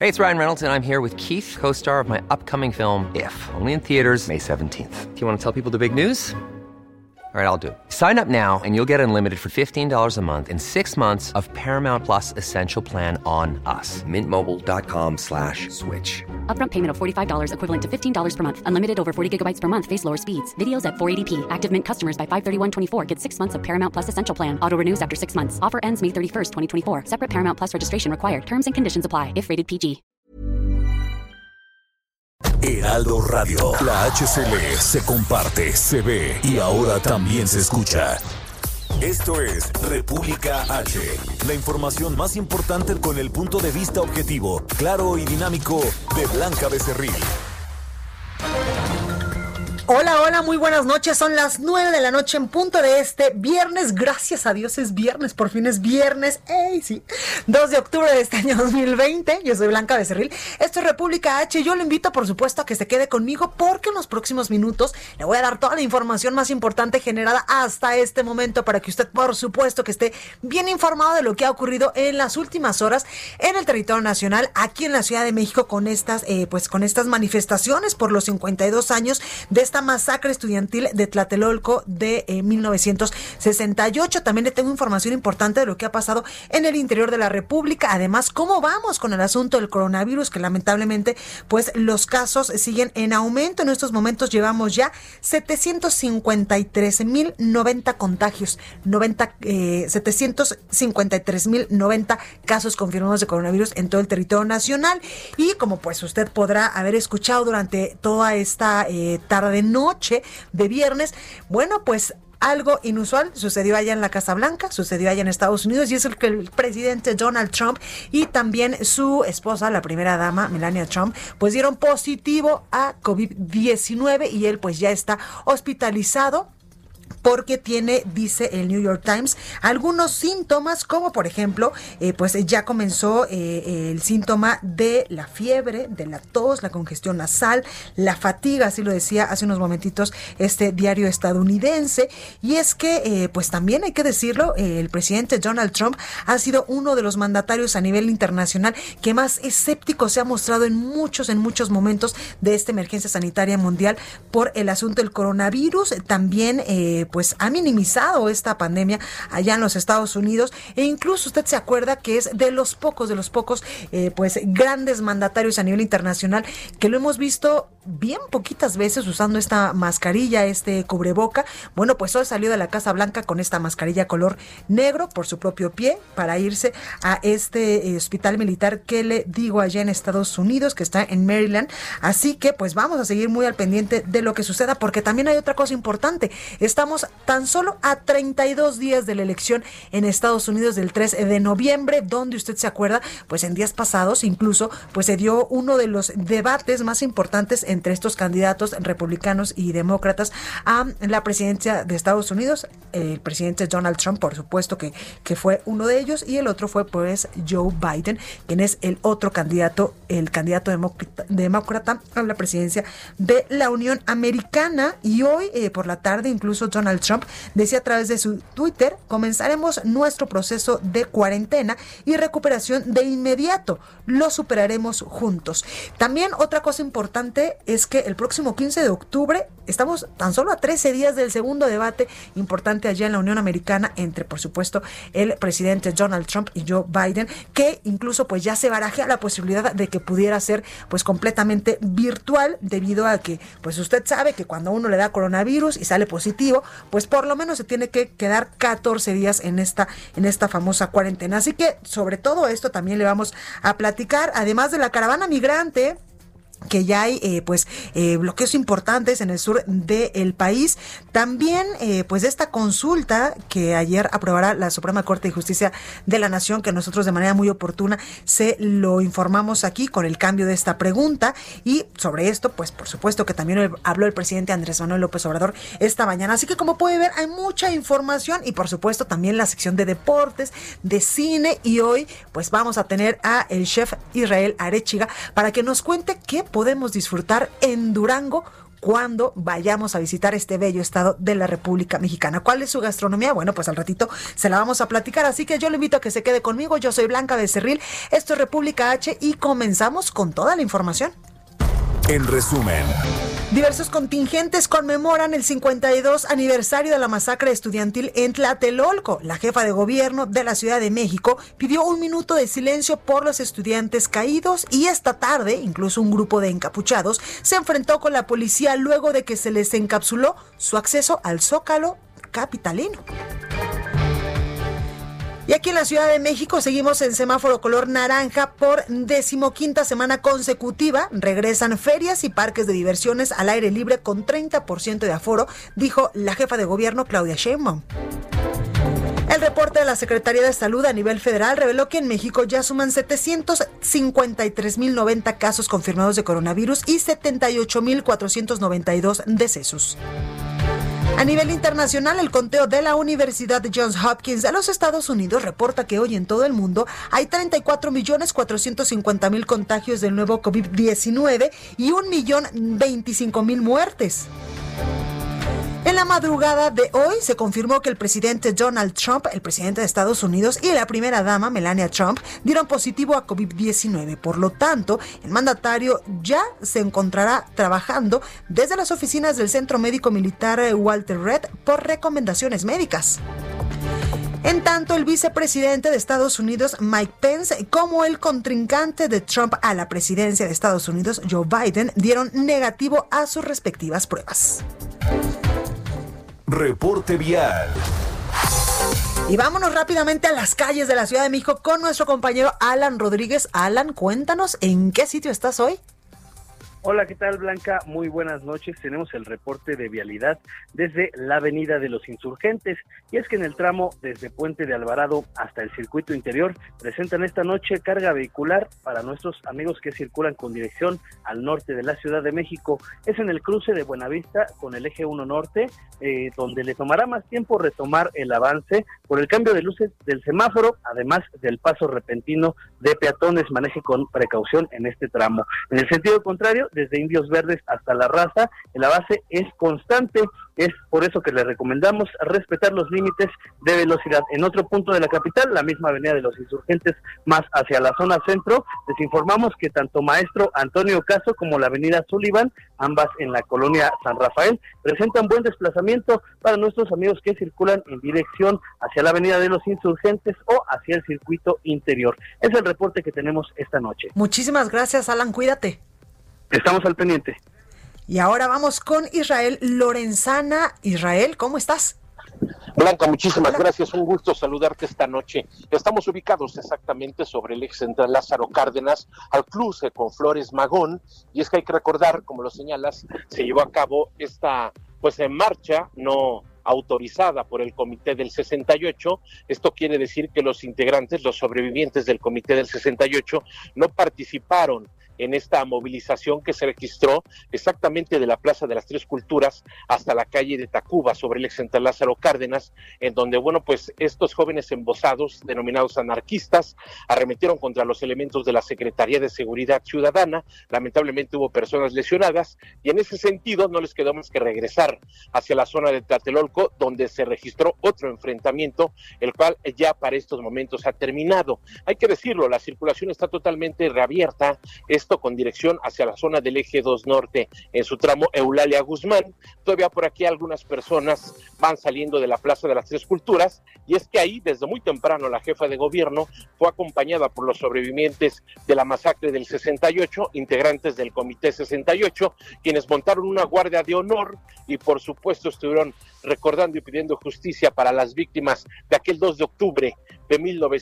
Hey, it's Ryan Reynolds, and I'm here with Keith, co-star of my upcoming film, If, only in theaters May 17th. Do you want to tell people the big news? All right, I'll do it. Sign up now and you'll get unlimited for $15 a month and 6 months of Paramount Plus Essential Plan on us. MintMobile.com/switch. Upfront payment of $45 equivalent to $15 per month. Unlimited over 40 gigabytes per month. Face lower speeds. Videos at 480p. Active Mint customers by 531.24 get 6 months of Paramount Plus Essential Plan. Auto renews after 6 months. Offer ends May 31st, 2024. Separate Paramount Plus registration required. Terms and conditions apply if rated PG. Heraldo Radio. La HCL se comparte, se ve y ahora también se escucha. Esto es República H. La información más importante con el punto de vista objetivo, claro y dinámico de Blanca Becerril. Hola, hola, muy buenas noches. Son las 9 de la noche en punto de este viernes. Gracias a Dios es viernes, por fin es viernes. ¡Ey, sí! 2 de octubre de este año 2020. Yo soy Blanca Becerril. Esto es República H. Yo lo invito, por supuesto, a que se quede conmigo porque en los próximos minutos le voy a dar toda la información más importante generada hasta este momento para que usted, por supuesto, que esté bien informado de lo que ha ocurrido en las últimas horas en el territorio nacional, aquí en la Ciudad de México, con estas manifestaciones por los 52 años de esta masacre estudiantil de Tlatelolco de 1968. También le tengo información importante de lo que ha pasado en el interior de la República. Además, cómo vamos con el asunto del coronavirus, que lamentablemente pues los casos siguen en aumento. En estos momentos llevamos ya 753,090 contagios, 753,090 casos confirmados de coronavirus en todo el territorio nacional. Y como pues usted podrá haber escuchado durante toda esta tarde-noche de viernes, bueno, pues algo inusual sucedió allá en la Casa Blanca, sucedió allá en Estados Unidos, y es el que el presidente Donald Trump y también su esposa, la primera dama, Melania Trump, pues dieron positivo a COVID-19 y él pues ya está hospitalizado porque tiene, dice el New York Times, algunos síntomas, como por ejemplo, pues ya comenzó el síntoma de la fiebre, de la tos, la congestión nasal, la fatiga, así lo decía hace unos momentitos este diario estadounidense. Y es que, pues también hay que decirlo, el presidente Donald Trump ha sido uno de los mandatarios a nivel internacional que más escéptico se ha mostrado en muchos momentos de esta emergencia sanitaria mundial por el asunto del coronavirus. También, pues ha minimizado esta pandemia allá en los Estados Unidos, e incluso usted se acuerda que es de los pocos pues grandes mandatarios a nivel internacional que lo hemos visto bien poquitas veces usando esta mascarilla, este cubreboca. Bueno, pues hoy salió de la Casa Blanca con esta mascarilla color negro por su propio pie para irse a este hospital militar que le digo allá en Estados Unidos, que está en Maryland. Así que pues vamos a seguir muy al pendiente de lo que suceda, porque también hay otra cosa importante. Estamos tan solo a 32 días de la elección en Estados Unidos del 3 de noviembre, donde usted se acuerda, pues en días pasados incluso pues se dio uno de los debates más importantes entre estos candidatos republicanos y demócratas a la presidencia de Estados Unidos. El presidente Donald Trump, por supuesto que fue uno de ellos, y el otro fue pues Joe Biden, quien es el otro candidato, el candidato demócrata a la presidencia de la Unión Americana. Y hoy por la tarde incluso Donald Trump decía a través de su Twitter: comenzaremos nuestro proceso de cuarentena y recuperación de inmediato, lo superaremos juntos. También otra cosa importante es que el próximo 15 de octubre estamos tan solo a 13 días del segundo debate importante allá en la Unión Americana entre, por supuesto, el presidente Donald Trump y Joe Biden, que incluso pues ya se barajea la posibilidad de que pudiera ser pues completamente virtual, debido a que pues usted sabe que cuando uno le da coronavirus y sale positivo, pues por lo menos se tiene que quedar 14 días en esta famosa cuarentena. Así que sobre todo esto también le vamos a platicar, además de la caravana migrante, que ya hay bloqueos importantes en el sur del país. También pues esta consulta que ayer aprobará la Suprema Corte de Justicia de la Nación, que nosotros de manera muy oportuna se lo informamos aquí con el cambio de esta pregunta. Y sobre esto pues por supuesto que también habló el presidente Andrés Manuel López Obrador esta mañana. Así que como puede ver hay mucha información, y por supuesto también la sección de deportes, de cine, y hoy pues vamos a tener a el chef Israel Arechiga para que nos cuente qué podemos disfrutar en Durango cuando vayamos a visitar este bello estado de la República Mexicana. ¿Cuál es su gastronomía? Bueno, pues al ratito se la vamos a platicar, así que yo le invito a que se quede conmigo. Yo soy Blanca Becerril, esto es República H y comenzamos con toda la información. En resumen, diversos contingentes conmemoran el 52 aniversario de la masacre estudiantil en Tlatelolco. La jefa de gobierno de la Ciudad de México pidió un minuto de silencio por los estudiantes caídos y esta tarde incluso un grupo de encapuchados se enfrentó con la policía luego de que se les encapsuló su acceso al Zócalo capitalino. Y aquí en la Ciudad de México seguimos en semáforo color naranja por 15ª semana consecutiva. Regresan ferias y parques de diversiones al aire libre con 30% de aforo, dijo la jefa de gobierno Claudia Sheinbaum. El reporte de la Secretaría de Salud a nivel federal reveló que en México ya suman 753.090 casos confirmados de coronavirus y 78.492 decesos. A nivel internacional, el conteo de la Universidad Johns Hopkins de los Estados Unidos reporta que hoy en todo el mundo hay 34.450.000 contagios del nuevo COVID-19 y 1.025.000 muertes. En la madrugada de hoy se confirmó que el presidente Donald Trump, el presidente de Estados Unidos, y la primera dama, Melania Trump, dieron positivo a COVID-19. Por lo tanto, el mandatario ya se encontrará trabajando desde las oficinas del Centro Médico Militar Walter Reed por recomendaciones médicas. En tanto, el vicepresidente de Estados Unidos, Mike Pence, como el contrincante de Trump a la presidencia de Estados Unidos, Joe Biden, dieron negativo a sus respectivas pruebas. Reporte vial. Y vámonos rápidamente a las calles de la Ciudad de México con nuestro compañero Alan Rodríguez. Alan, cuéntanos, ¿en qué sitio estás hoy? Hola, ¿qué tal, Blanca? Muy buenas noches. Tenemos el reporte de vialidad desde la Avenida de los Insurgentes. Y es que en el tramo desde Puente de Alvarado hasta el circuito interior presentan esta noche carga vehicular para nuestros amigos que circulan con dirección al norte de la Ciudad de México. Es en el cruce de Buenavista con el eje 1 norte, donde le tomará más tiempo retomar el avance por el cambio de luces del semáforo, además del paso repentino de peatones. Maneje con precaución en este tramo. En el sentido contrario, desde Indios Verdes hasta La Raza, el avance es constante. Es por eso que le recomendamos respetar los límites de velocidad. En otro punto de la capital, la misma Avenida de los Insurgentes, más hacia la zona centro, les informamos que tanto Maestro Antonio Caso como la Avenida Sullivan, ambas en la colonia San Rafael, presentan buen desplazamiento para nuestros amigos que circulan en dirección hacia la Avenida de los Insurgentes o hacia el circuito interior. Es el reporte que tenemos esta noche. Muchísimas gracias, Alan, cuídate. Estamos al pendiente. Y ahora vamos con Israel Lorenzana. Israel, ¿cómo estás? Blanca, muchísimas gracias, un gusto saludarte esta noche. Estamos ubicados exactamente sobre el eje central Lázaro Cárdenas, al cruce con Flores Magón, y es que hay que recordar, como lo señalas, se llevó a cabo esta en marcha no autorizada por el Comité del 68. Esto quiere decir que los integrantes, los sobrevivientes del Comité del 68, no participaron en esta movilización que se registró exactamente de la Plaza de las Tres Culturas hasta la calle de Tacuba, sobre el eje central Lázaro Cárdenas, en donde, estos jóvenes embosados, denominados anarquistas, arremetieron contra los elementos de la Secretaría de Seguridad Ciudadana. Lamentablemente hubo personas lesionadas, y en ese sentido no les quedó más que regresar hacia la zona de Tlatelolco, donde se registró otro enfrentamiento, el cual ya para estos momentos ha terminado. Hay que decirlo, la circulación está totalmente reabierta, esto con dirección hacia la zona del eje 2 norte, en su tramo Eulalia Guzmán. Todavía por aquí algunas personas van saliendo de la Plaza de las Tres Culturas, y es que ahí desde muy temprano la jefa de gobierno fue acompañada por los sobrevivientes de la masacre del 68, integrantes del Comité 68, quienes montaron una guardia de honor y por supuesto estuvieron recordando y pidiendo justicia para las víctimas de aquel 2 de octubre de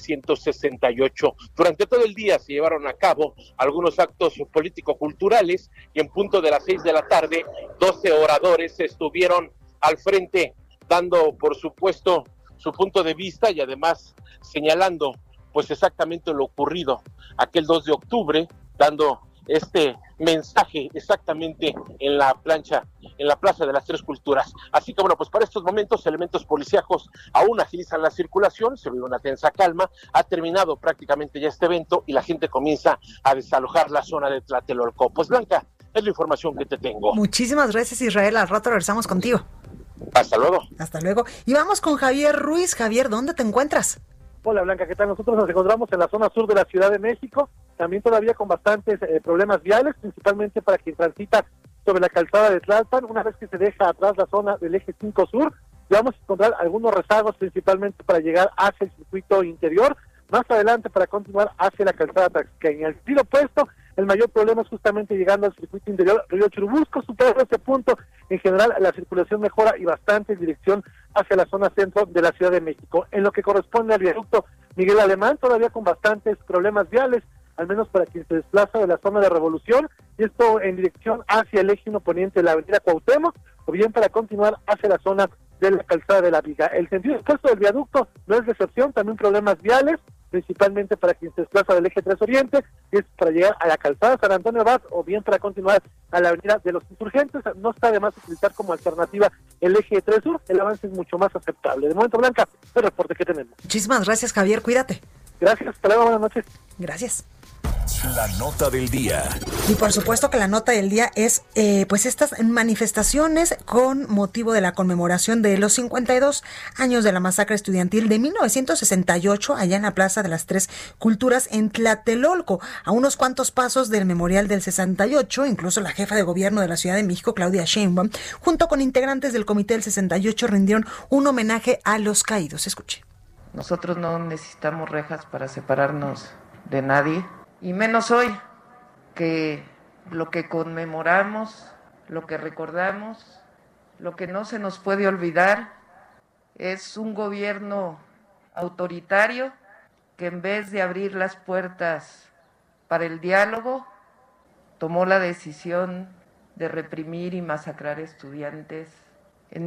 1968. Durante todo el día se llevaron a cabo algunos actos político-culturales, y en punto de las 6 de la tarde, 12 oradores estuvieron al frente dando, por supuesto, su punto de vista y además señalando exactamente lo ocurrido aquel 2 de octubre, dando este mensaje exactamente en la Plaza de las Tres Culturas. Así que para estos momentos elementos policíacos aún agilizan la circulación, se vive una tensa calma, ha terminado prácticamente ya este evento y la gente comienza a desalojar la zona de Tlatelolco. Blanca, Es la información que te tengo. Muchísimas gracias, Israel. Al rato regresamos contigo. Hasta luego. Hasta luego. Y vamos con Javier Ruiz. Javier, ¿dónde te encuentras? Hola Blanca, ¿qué tal? Nosotros nos encontramos en la zona sur de la Ciudad de México, también todavía con bastantes problemas viales, principalmente para quien transita sobre la calzada de Tlalpan. Una vez que se deja atrás la zona del eje 5 sur, vamos a encontrar algunos rezagos, principalmente para llegar hacia el circuito interior, más adelante para continuar hacia la calzada Taxqueña. El sentido opuesto, el mayor problema es justamente llegando al circuito interior Río Churubusco. Superando este punto, en general la circulación mejora y bastante en dirección hacia la zona centro de la Ciudad de México. En lo que corresponde al viaducto Miguel Alemán, todavía con bastantes problemas viales, al menos para quien se desplaza de la zona de Revolución, y esto en dirección hacia el eje 1 poniente de la avenida Cuauhtémoc, o bien para continuar hacia la zona de la calzada de la Viga. El sentido opuesto del viaducto no es de excepción, también problemas viales, principalmente para quien se desplaza del eje 3 Oriente, y es para llegar a la calzada San Antonio Abad, o bien para continuar a la avenida de los Insurgentes. No está de más utilizar como alternativa el eje 3 Sur, el avance es mucho más aceptable. De momento, Blanca, el reporte que tenemos. Muchísimas gracias, Javier, cuídate. Gracias, hasta luego, buenas noches. Gracias. La nota del día. Y por supuesto que la nota del día es pues estas manifestaciones con motivo de la conmemoración de los 52 años de la masacre estudiantil de 1968 allá en la Plaza de las Tres Culturas en Tlatelolco, a unos cuantos pasos del memorial del 68. Incluso la jefa de gobierno de la Ciudad de México, Claudia Sheinbaum, junto con integrantes del comité del 68, rindieron un homenaje a los caídos. Escuche. Nosotros no necesitamos rejas para separarnos de nadie. Y menos hoy, que lo que conmemoramos, lo que recordamos, lo que no se nos puede olvidar, es un gobierno autoritario que en vez de abrir las puertas para el diálogo, tomó la decisión de reprimir y masacrar estudiantes en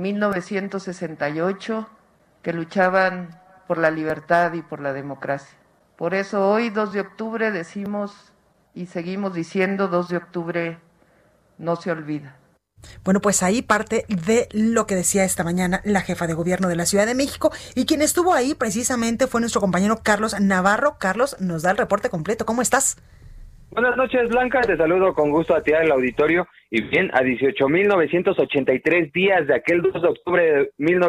1968 que luchaban por la libertad y por la democracia. Por eso hoy, 2 de octubre, decimos y seguimos diciendo, 2 de octubre no se olvida. Bueno, pues ahí parte de lo que decía esta mañana la jefa de gobierno de la Ciudad de México, y quien estuvo ahí precisamente fue nuestro compañero Carlos Navarro. Carlos, nos da el reporte completo. ¿Cómo estás? Buenas noches, Blanca, te saludo con gusto a ti al auditorio. Y bien, a 18.983 días de aquel 2 de octubre de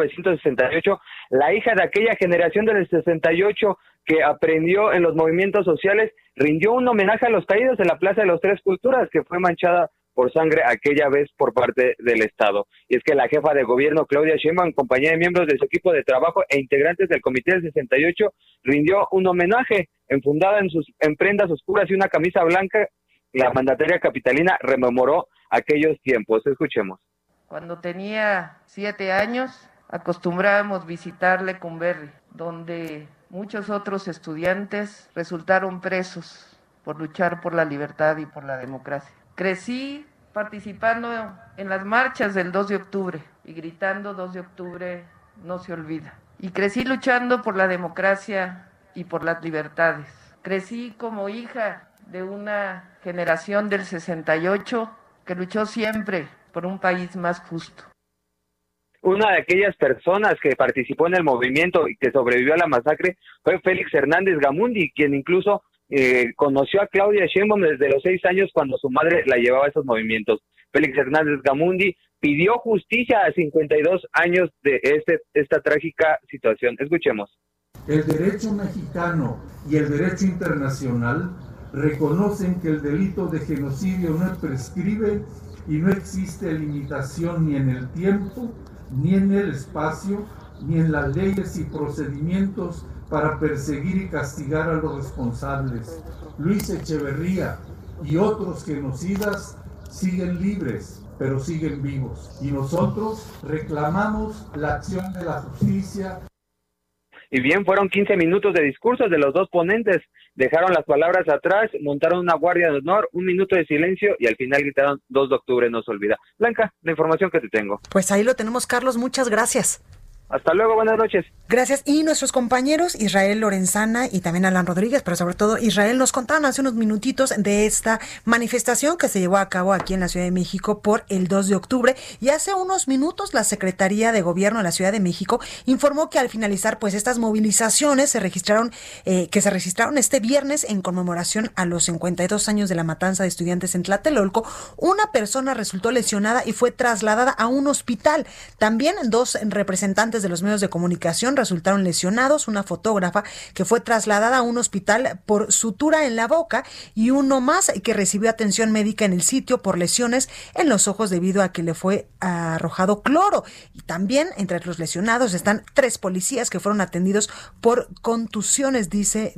1968, la hija de aquella generación del 68 que aprendió en los movimientos sociales, rindió un homenaje a los caídos en la Plaza de las Tres Culturas, que fue manchada por sangre aquella vez por parte del Estado. Y es que la jefa de gobierno, Claudia Sheinbaum, en compañía de miembros de su equipo de trabajo e integrantes del Comité del 68, rindió un homenaje enfundada en prendas oscuras y una camisa blanca. La mandataria capitalina rememoró aquellos tiempos. Escuchemos. Cuando tenía 7 años, acostumbrábamos visitar Lecumberri, donde muchos otros estudiantes resultaron presos por luchar por la libertad y por la democracia. Crecí participando en las marchas del 2 de octubre y gritando 2 de octubre no se olvida. Y crecí luchando por la democracia y por las libertades. Crecí como hija de una generación del 68 que luchó siempre por un país más justo. Una de aquellas personas que participó en el movimiento y que sobrevivió a la masacre fue Félix Hernández Gamundi, quien incluso conoció a Claudia Sheinbaum desde los 6 años cuando su madre la llevaba a esos movimientos. Félix Hernández Gamundi pidió justicia a 52 años de esta trágica situación. Escuchemos. El derecho mexicano y el derecho internacional reconocen que el delito de genocidio no prescribe y no existe limitación ni en el tiempo, ni en el espacio, ni en las leyes y procedimientos para perseguir y castigar a los responsables. Luis Echeverría y otros genocidas siguen libres, pero siguen vivos. Y nosotros reclamamos la acción de la justicia. Y bien, fueron 15 minutos de discursos de los dos ponentes. Dejaron las palabras atrás, montaron una guardia de honor, 1 minuto de silencio y al final gritaron 2 de octubre no se olvida. Blanca, la información que te tengo. Pues ahí lo tenemos, Carlos. Muchas gracias. Hasta luego, buenas noches. Gracias. Y nuestros compañeros Israel Lorenzana y también Alan Rodríguez, pero sobre todo Israel, nos contaron hace unos minutitos de esta manifestación que se llevó a cabo aquí en la Ciudad de México por el 2 de octubre. Y hace unos minutos la Secretaría de Gobierno de la Ciudad de México informó que al finalizar pues estas movilizaciones se registraron este viernes en conmemoración a los 52 años de la matanza de estudiantes en Tlatelolco. Una persona resultó lesionada y fue trasladada a un hospital. También 2 representantes de los medios de comunicación resultaron lesionados, una fotógrafa que fue trasladada a un hospital por sutura en la boca y uno más que recibió atención médica en el sitio por lesiones en los ojos debido a que le fue arrojado cloro. Y también entre los lesionados están 3 policías que fueron atendidos por contusiones, dice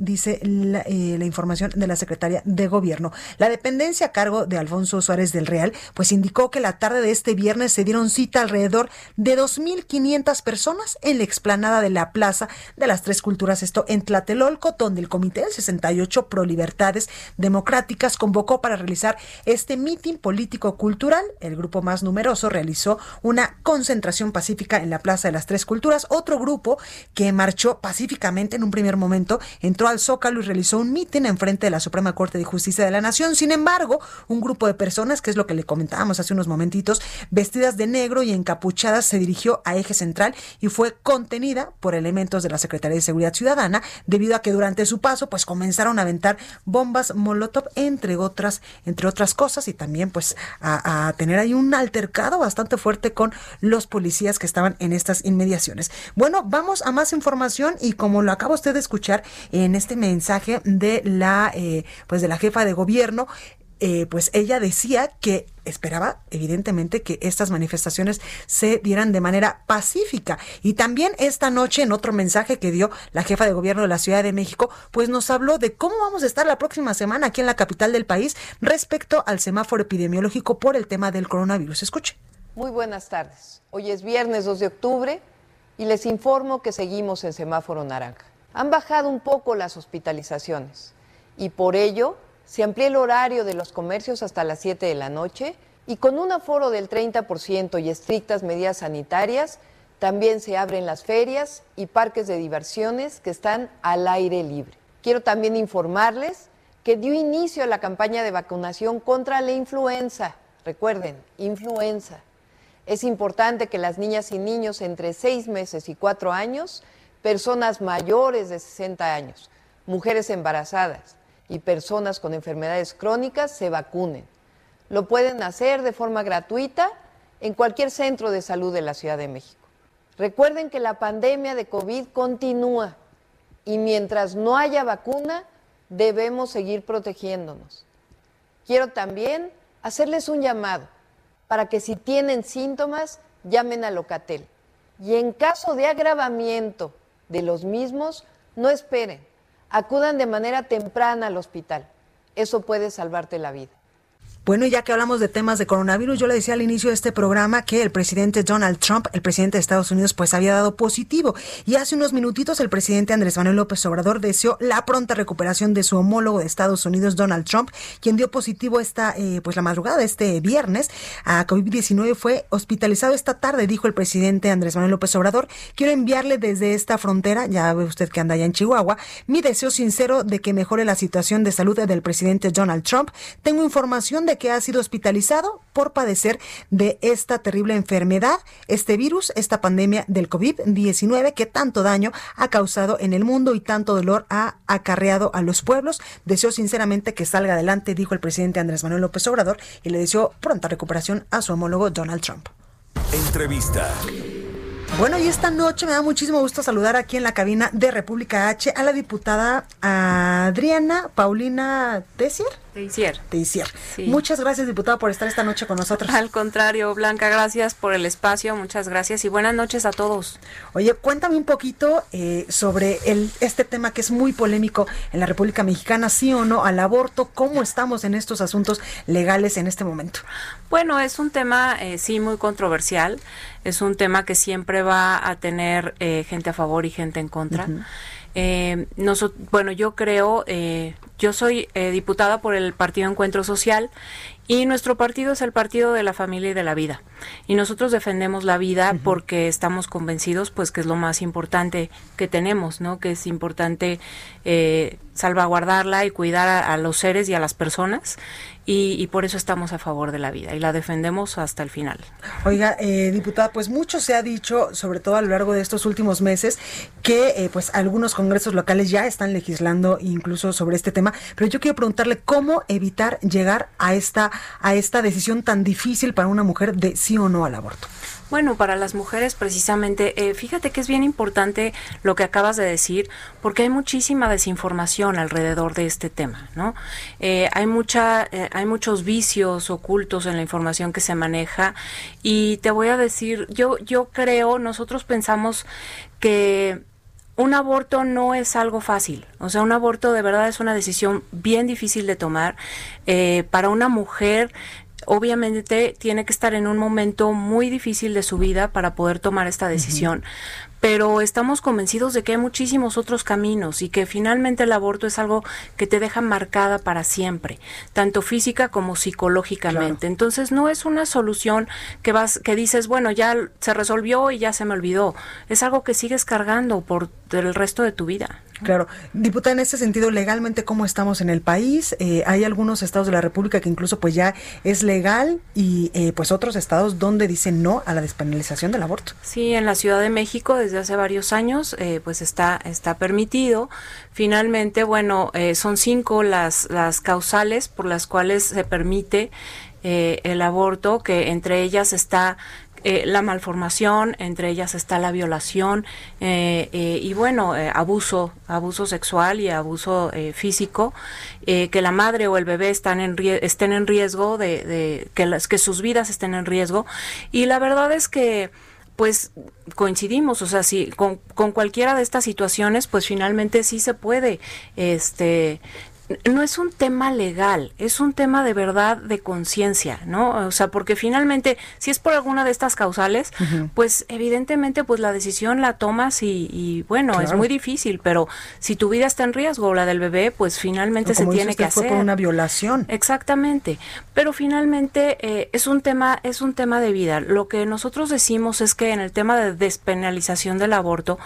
la información de la Secretaría de Gobierno. La dependencia a cargo de Alfonso Suárez del Real pues indicó que la tarde de este viernes se dieron cita alrededor de 2,500 personas en la explanada de la Plaza de las Tres Culturas, esto en Tlatelolco, donde el Comité del 68 Pro Libertades Democráticas convocó para realizar este mitin político-cultural. El grupo más numeroso realizó una concentración pacífica en la Plaza de las Tres Culturas. Otro grupo que marchó pacíficamente en un primer momento entró al Zócalo y realizó un mitin enfrente de la Suprema Corte de Justicia de la Nación. Sin embargo, un grupo de personas, que es lo que le comentábamos hace unos momentitos, vestidas de negro y encapuchadas, se dirigió a Eje Central y fue contenida por elementos de la Secretaría de Seguridad Ciudadana debido a que durante su paso pues comenzaron a aventar bombas molotov entre otras cosas y también pues a tener ahí un altercado bastante fuerte con los policías que estaban en estas inmediaciones. Bueno, vamos a más información y como lo acaba usted de escuchar en este mensaje de la jefa de gobierno, pues ella decía que esperaba evidentemente que estas manifestaciones se dieran de manera pacífica. Y también esta noche, en otro mensaje que dio la jefa de gobierno de la Ciudad de México, pues nos habló de cómo vamos a estar la próxima semana aquí en la capital del país respecto al semáforo epidemiológico por el tema del coronavirus. Escuche. Muy buenas tardes. Hoy es viernes 2 de octubre y les informo que seguimos en semáforo naranja. Han bajado un poco las hospitalizaciones y por ello se amplía el horario de los comercios hasta las 7 de la noche y con un aforo del 30% y estrictas medidas sanitarias, también se abren las ferias y parques de diversiones que están al aire libre. Quiero también informarles que dio inicio a la campaña de vacunación contra la influenza. Recuerden, influenza. Es importante que las niñas y niños entre 6 meses y 4 años, personas mayores de 60 años, mujeres embarazadas y personas con enfermedades crónicas se vacunen. Lo pueden hacer de forma gratuita en cualquier centro de salud de la Ciudad de México. Recuerden que la pandemia de COVID continúa y mientras no haya vacuna, debemos seguir protegiéndonos. Quiero también hacerles un llamado para que si tienen síntomas, llamen a Locatel. Y en caso de agravamiento de los mismos, no esperen. Acudan de manera temprana al hospital. Eso puede salvarte la vida. Bueno, y ya que hablamos de temas de coronavirus, yo le decía al inicio de este programa que el presidente Donald Trump, el presidente de Estados Unidos, pues había dado positivo. Y hace unos minutitos el presidente Andrés Manuel López Obrador deseó la pronta recuperación de su homólogo de Estados Unidos, Donald Trump, quien dio positivo la madrugada de este viernes a COVID-19. Fue hospitalizado esta tarde, dijo el presidente Andrés Manuel López Obrador. Quiero enviarle desde esta frontera, ya ve usted que anda allá en Chihuahua, mi deseo sincero de que mejore la situación de salud del presidente Donald Trump. Tengo información de que ha sido hospitalizado por padecer de esta terrible enfermedad, este virus, esta pandemia del COVID-19 que tanto daño ha causado en el mundo y tanto dolor ha acarreado a los pueblos. Deseo sinceramente que salga adelante, dijo el presidente Andrés Manuel López Obrador, y le deseó pronta recuperación a su homólogo Donald Trump. Entrevista. Bueno, y esta noche me da muchísimo gusto saludar aquí en la cabina de República H a la diputada Adriana Paulina Teisier. Sí. Muchas gracias, diputada, por estar esta noche con nosotros. Al contrario, Blanca, gracias por el espacio, muchas gracias y buenas noches a todos. Oye, cuéntame un poquito sobre este tema que es muy polémico en la República Mexicana, sí o no al aborto, ¿cómo estamos en estos asuntos legales en este momento? Bueno, es un tema sí muy controversial, es un tema que siempre va a tener gente a favor y gente en contra. Uh-huh. Yo creo, yo soy diputada por el Partido Encuentro Social Y nuestro partido es el partido de la familia y de la vida. Y nosotros defendemos la vida porque estamos convencidos pues que es lo más importante que tenemos, ¿no? Que es importante salvaguardarla y cuidar a los seres y a las personas. Y por eso estamos a favor de la vida y la defendemos hasta el final. Oiga, diputada, pues mucho se ha dicho, sobre todo a lo largo de estos últimos meses, que pues algunos congresos locales ya están legislando incluso sobre este tema, pero yo quiero preguntarle cómo evitar llegar a esta decisión tan difícil para una mujer de sí o no al aborto. Bueno, para las mujeres precisamente, fíjate que es bien importante lo que acabas de decir, porque hay muchísima desinformación alrededor de este tema, ¿no? Hay muchos vicios ocultos en la información que se maneja y te voy a decir, yo creo, nosotros pensamos que un aborto no es algo fácil, o sea, un aborto de verdad es una decisión bien difícil de tomar para una mujer. Obviamente tiene que estar en un momento muy difícil de su vida para poder tomar esta decisión, pero estamos convencidos de que hay muchísimos otros caminos y que finalmente el aborto es algo que te deja marcada para siempre, tanto física como psicológicamente. Claro. Entonces no es una solución que dices, bueno, ya se resolvió y ya se me olvidó. Es algo que sigues cargando por el resto de tu vida. Claro. Diputada, en ese sentido, legalmente, ¿cómo estamos en el país? Hay algunos estados de la República que incluso pues ya es legal y pues otros estados donde dicen no a la despenalización del aborto. Sí, en la Ciudad de México desde hace varios años pues está permitido. Finalmente, bueno, son 5 las causales por las cuales se permite el aborto, que entre ellas está la malformación, entre ellas está la violación y bueno, abuso sexual y abuso físico, que la madre o el bebé estén en riesgo de que sus vidas estén en riesgo. Y la verdad es que pues coincidimos, o sea, si con cualquiera de estas situaciones, pues finalmente sí se puede, no es un tema legal, es un tema de verdad de conciencia, ¿no? O sea, porque finalmente, si es por alguna de estas causales, pues evidentemente pues la decisión la tomas y bueno, claro, es muy difícil, pero si tu vida está en riesgo o la del bebé, pues finalmente se tiene que hacer. Fue por una violación. Exactamente, pero finalmente es un tema de vida. Lo que nosotros decimos es que en el tema de despenalización del aborto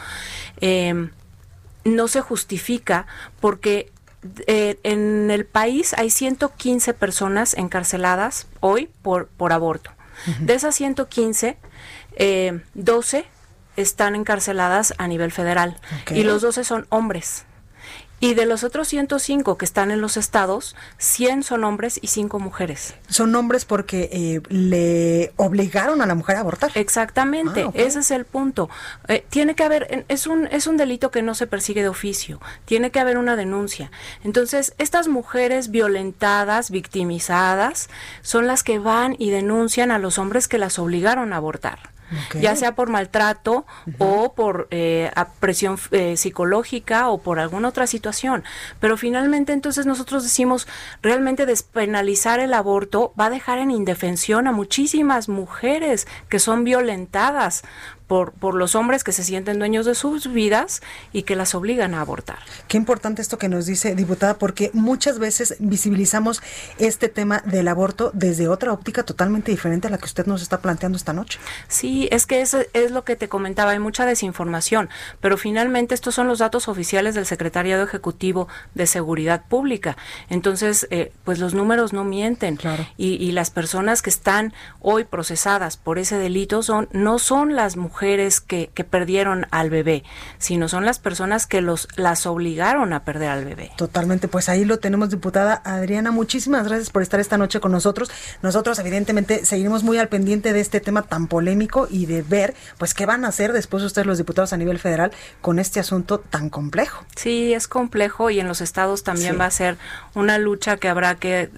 no se justifica porque en el país hay 115 personas encarceladas hoy por aborto. De esas 115, 12 están encarceladas a nivel federal y los 12 son hombres. Y de los otros 105 que están en los estados, 100 son hombres y 5 mujeres. ¿Son hombres porque le obligaron a la mujer a abortar? Exactamente, ese es el punto. Tiene que haber, es un delito que no se persigue de oficio, tiene que haber una denuncia. Entonces, estas mujeres violentadas, victimizadas, son las que van y denuncian a los hombres que las obligaron a abortar. Ya sea por maltrato o por presión psicológica o por alguna otra situación. Pero finalmente entonces nosotros decimos, realmente despenalizar el aborto va a dejar en indefensión a muchísimas mujeres que son violentadas por los hombres que se sienten dueños de sus vidas y que las obligan a abortar. Qué importante esto que nos dice, diputada, porque muchas veces visibilizamos este tema del aborto desde otra óptica totalmente diferente a la que usted nos está planteando esta noche. Sí, es que eso es lo que te comentaba, hay mucha desinformación, pero finalmente estos son los datos oficiales del Secretariado Ejecutivo de Seguridad Pública. Entonces, pues los números no mienten. Claro. Y las personas que están hoy procesadas por ese delito no son las mujeres que perdieron al bebé, sino son las personas que las obligaron a perder al bebé. Totalmente, pues ahí lo tenemos, diputada Adriana, muchísimas gracias por estar esta noche con nosotros. Nosotros evidentemente seguiremos muy al pendiente de este tema tan polémico y de ver pues qué van a hacer después ustedes los diputados a nivel federal con este asunto tan complejo. Sí, es complejo y en los estados también va a ser una lucha que habrá que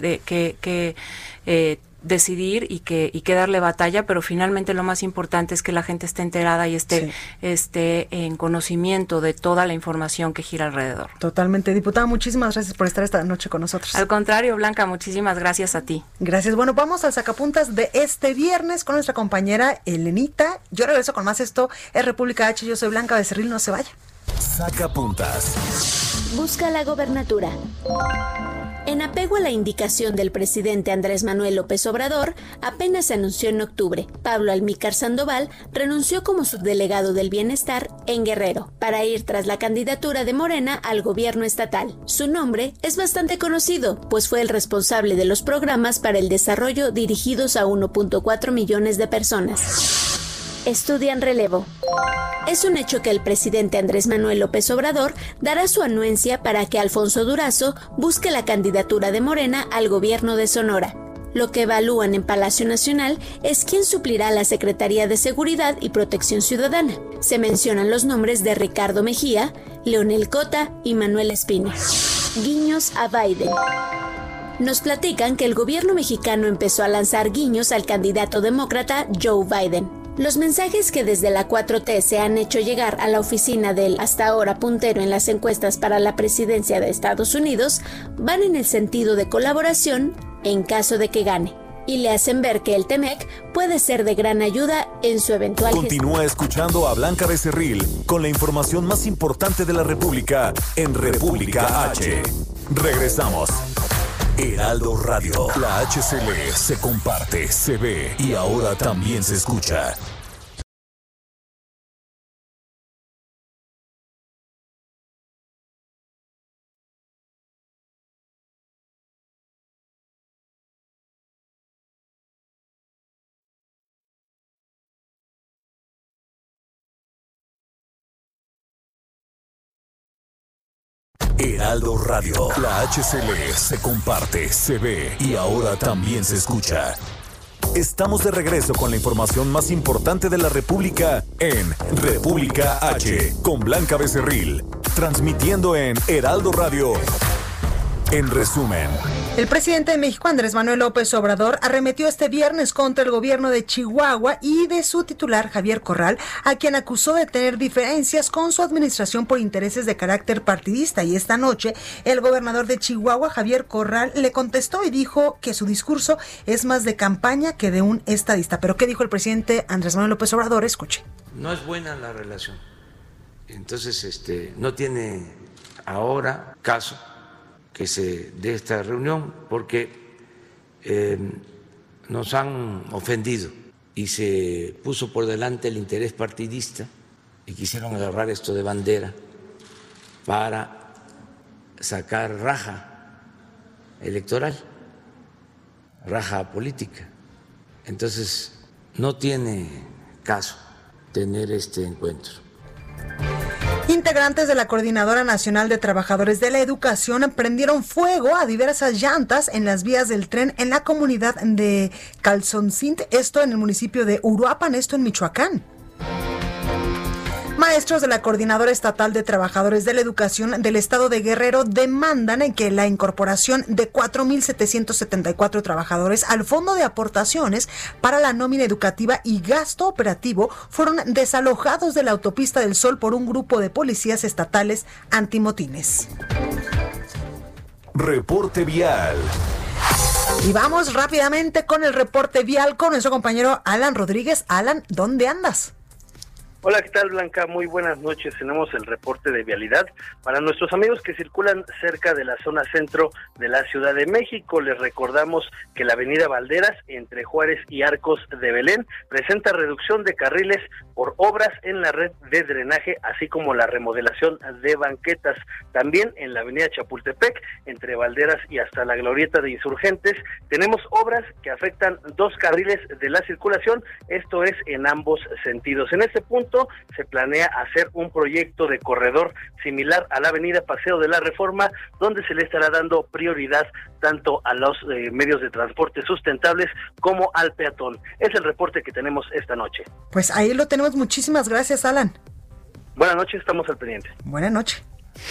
decidir y que darle batalla, pero finalmente lo más importante es que la gente esté enterada y esté en conocimiento de toda la información que gira alrededor. Totalmente. Diputada, muchísimas gracias por estar esta noche con nosotros. Al contrario, Blanca, muchísimas gracias a ti. Gracias. Bueno, vamos al sacapuntas de este viernes con nuestra compañera Elenita. Yo regreso con más. Esto es República H. Yo soy Blanca Becerril, no se vaya. Sacapuntas. Busca la gobernatura. En apego a la indicación del presidente Andrés Manuel López Obrador, apenas se anunció en octubre, Pablo Almícar Sandoval renunció como subdelegado del Bienestar en Guerrero para ir tras la candidatura de Morena al gobierno estatal. Su nombre es bastante conocido, pues fue el responsable de los programas para el desarrollo dirigidos a 1.4 millones de personas. Estudian relevo. Es un hecho que el presidente Andrés Manuel López Obrador dará su anuencia para que Alfonso Durazo busque la candidatura de Morena al gobierno de Sonora. Lo que evalúan en Palacio Nacional es quién suplirá la Secretaría de Seguridad y Protección Ciudadana. Se mencionan los nombres de Ricardo Mejía, Leonel Cota y Manuel Espino. Guiños a Biden. Nos platican que el gobierno mexicano empezó a lanzar guiños al candidato demócrata Joe Biden. Los mensajes que desde la 4T se han hecho llegar a la oficina del hasta ahora puntero en las encuestas para la presidencia de Estados Unidos van en el sentido de colaboración en caso de que gane, y le hacen ver que el TEMEC puede ser de gran ayuda en su eventual Continúa escuchando a Blanca Becerril con la información más importante de la República en República H. Regresamos. Heraldo Radio. La HCL se comparte, se ve y ahora también se escucha. Heraldo Radio. La HCL se comparte, se ve y ahora también se escucha. Estamos de regreso con la información más importante de la República en República H con Blanca Becerril, transmitiendo en Heraldo Radio. En resumen, el presidente de México, Andrés Manuel López Obrador, arremetió este viernes contra el gobierno de Chihuahua y de su titular, Javier Corral, a quien acusó de tener diferencias con su administración por intereses de carácter partidista. Y esta noche, el gobernador de Chihuahua, Javier Corral, le contestó y dijo que su discurso es más de campaña que de un estadista. ¿Pero qué dijo el presidente Andrés Manuel López Obrador? Escuche. No es buena la relación. Entonces, no tiene ahora caso que se dé esta reunión porque nos han ofendido y se puso por delante el interés partidista y quisieron agarrar esto de bandera para sacar raja electoral, raja política. Entonces no tiene caso tener este encuentro. Integrantes de la Coordinadora Nacional de Trabajadores de la Educación prendieron fuego a diversas llantas en las vías del tren en la comunidad de Calzoncint, esto en el municipio de Uruapan, esto en Michoacán. Maestros de la Coordinadora Estatal de Trabajadores de la Educación del Estado de Guerrero demandan que la incorporación de 4,774 trabajadores al Fondo de Aportaciones para la Nómina Educativa y Gasto Operativo fueron desalojados de la Autopista del Sol por un grupo de policías estatales antimotines. Reporte vial. Y vamos rápidamente con el reporte vial con nuestro compañero Alan Rodríguez. Alan, ¿dónde andas? Hola, ¿qué tal, Blanca? Muy buenas noches. Tenemos el reporte de vialidad para nuestros amigos que circulan cerca de la zona centro de la Ciudad de México. Les recordamos que la avenida Valderas, entre Juárez y Arcos de Belén, presenta reducción de carriles por obras en la red de drenaje, así como la remodelación de banquetas. También en la avenida Chapultepec, entre Valderas y hasta la glorieta de Insurgentes, tenemos obras que afectan 2 carriles de la circulación, esto es en ambos sentidos. En este punto se planea hacer un proyecto de corredor similar a la avenida Paseo de la Reforma, donde se le estará dando prioridad tanto a los medios de transporte sustentables como al peatón. Es el reporte que tenemos esta noche. Pues ahí lo tenemos. Muchísimas gracias, Alan. Buenas noches, estamos al pendiente. Buenas noches.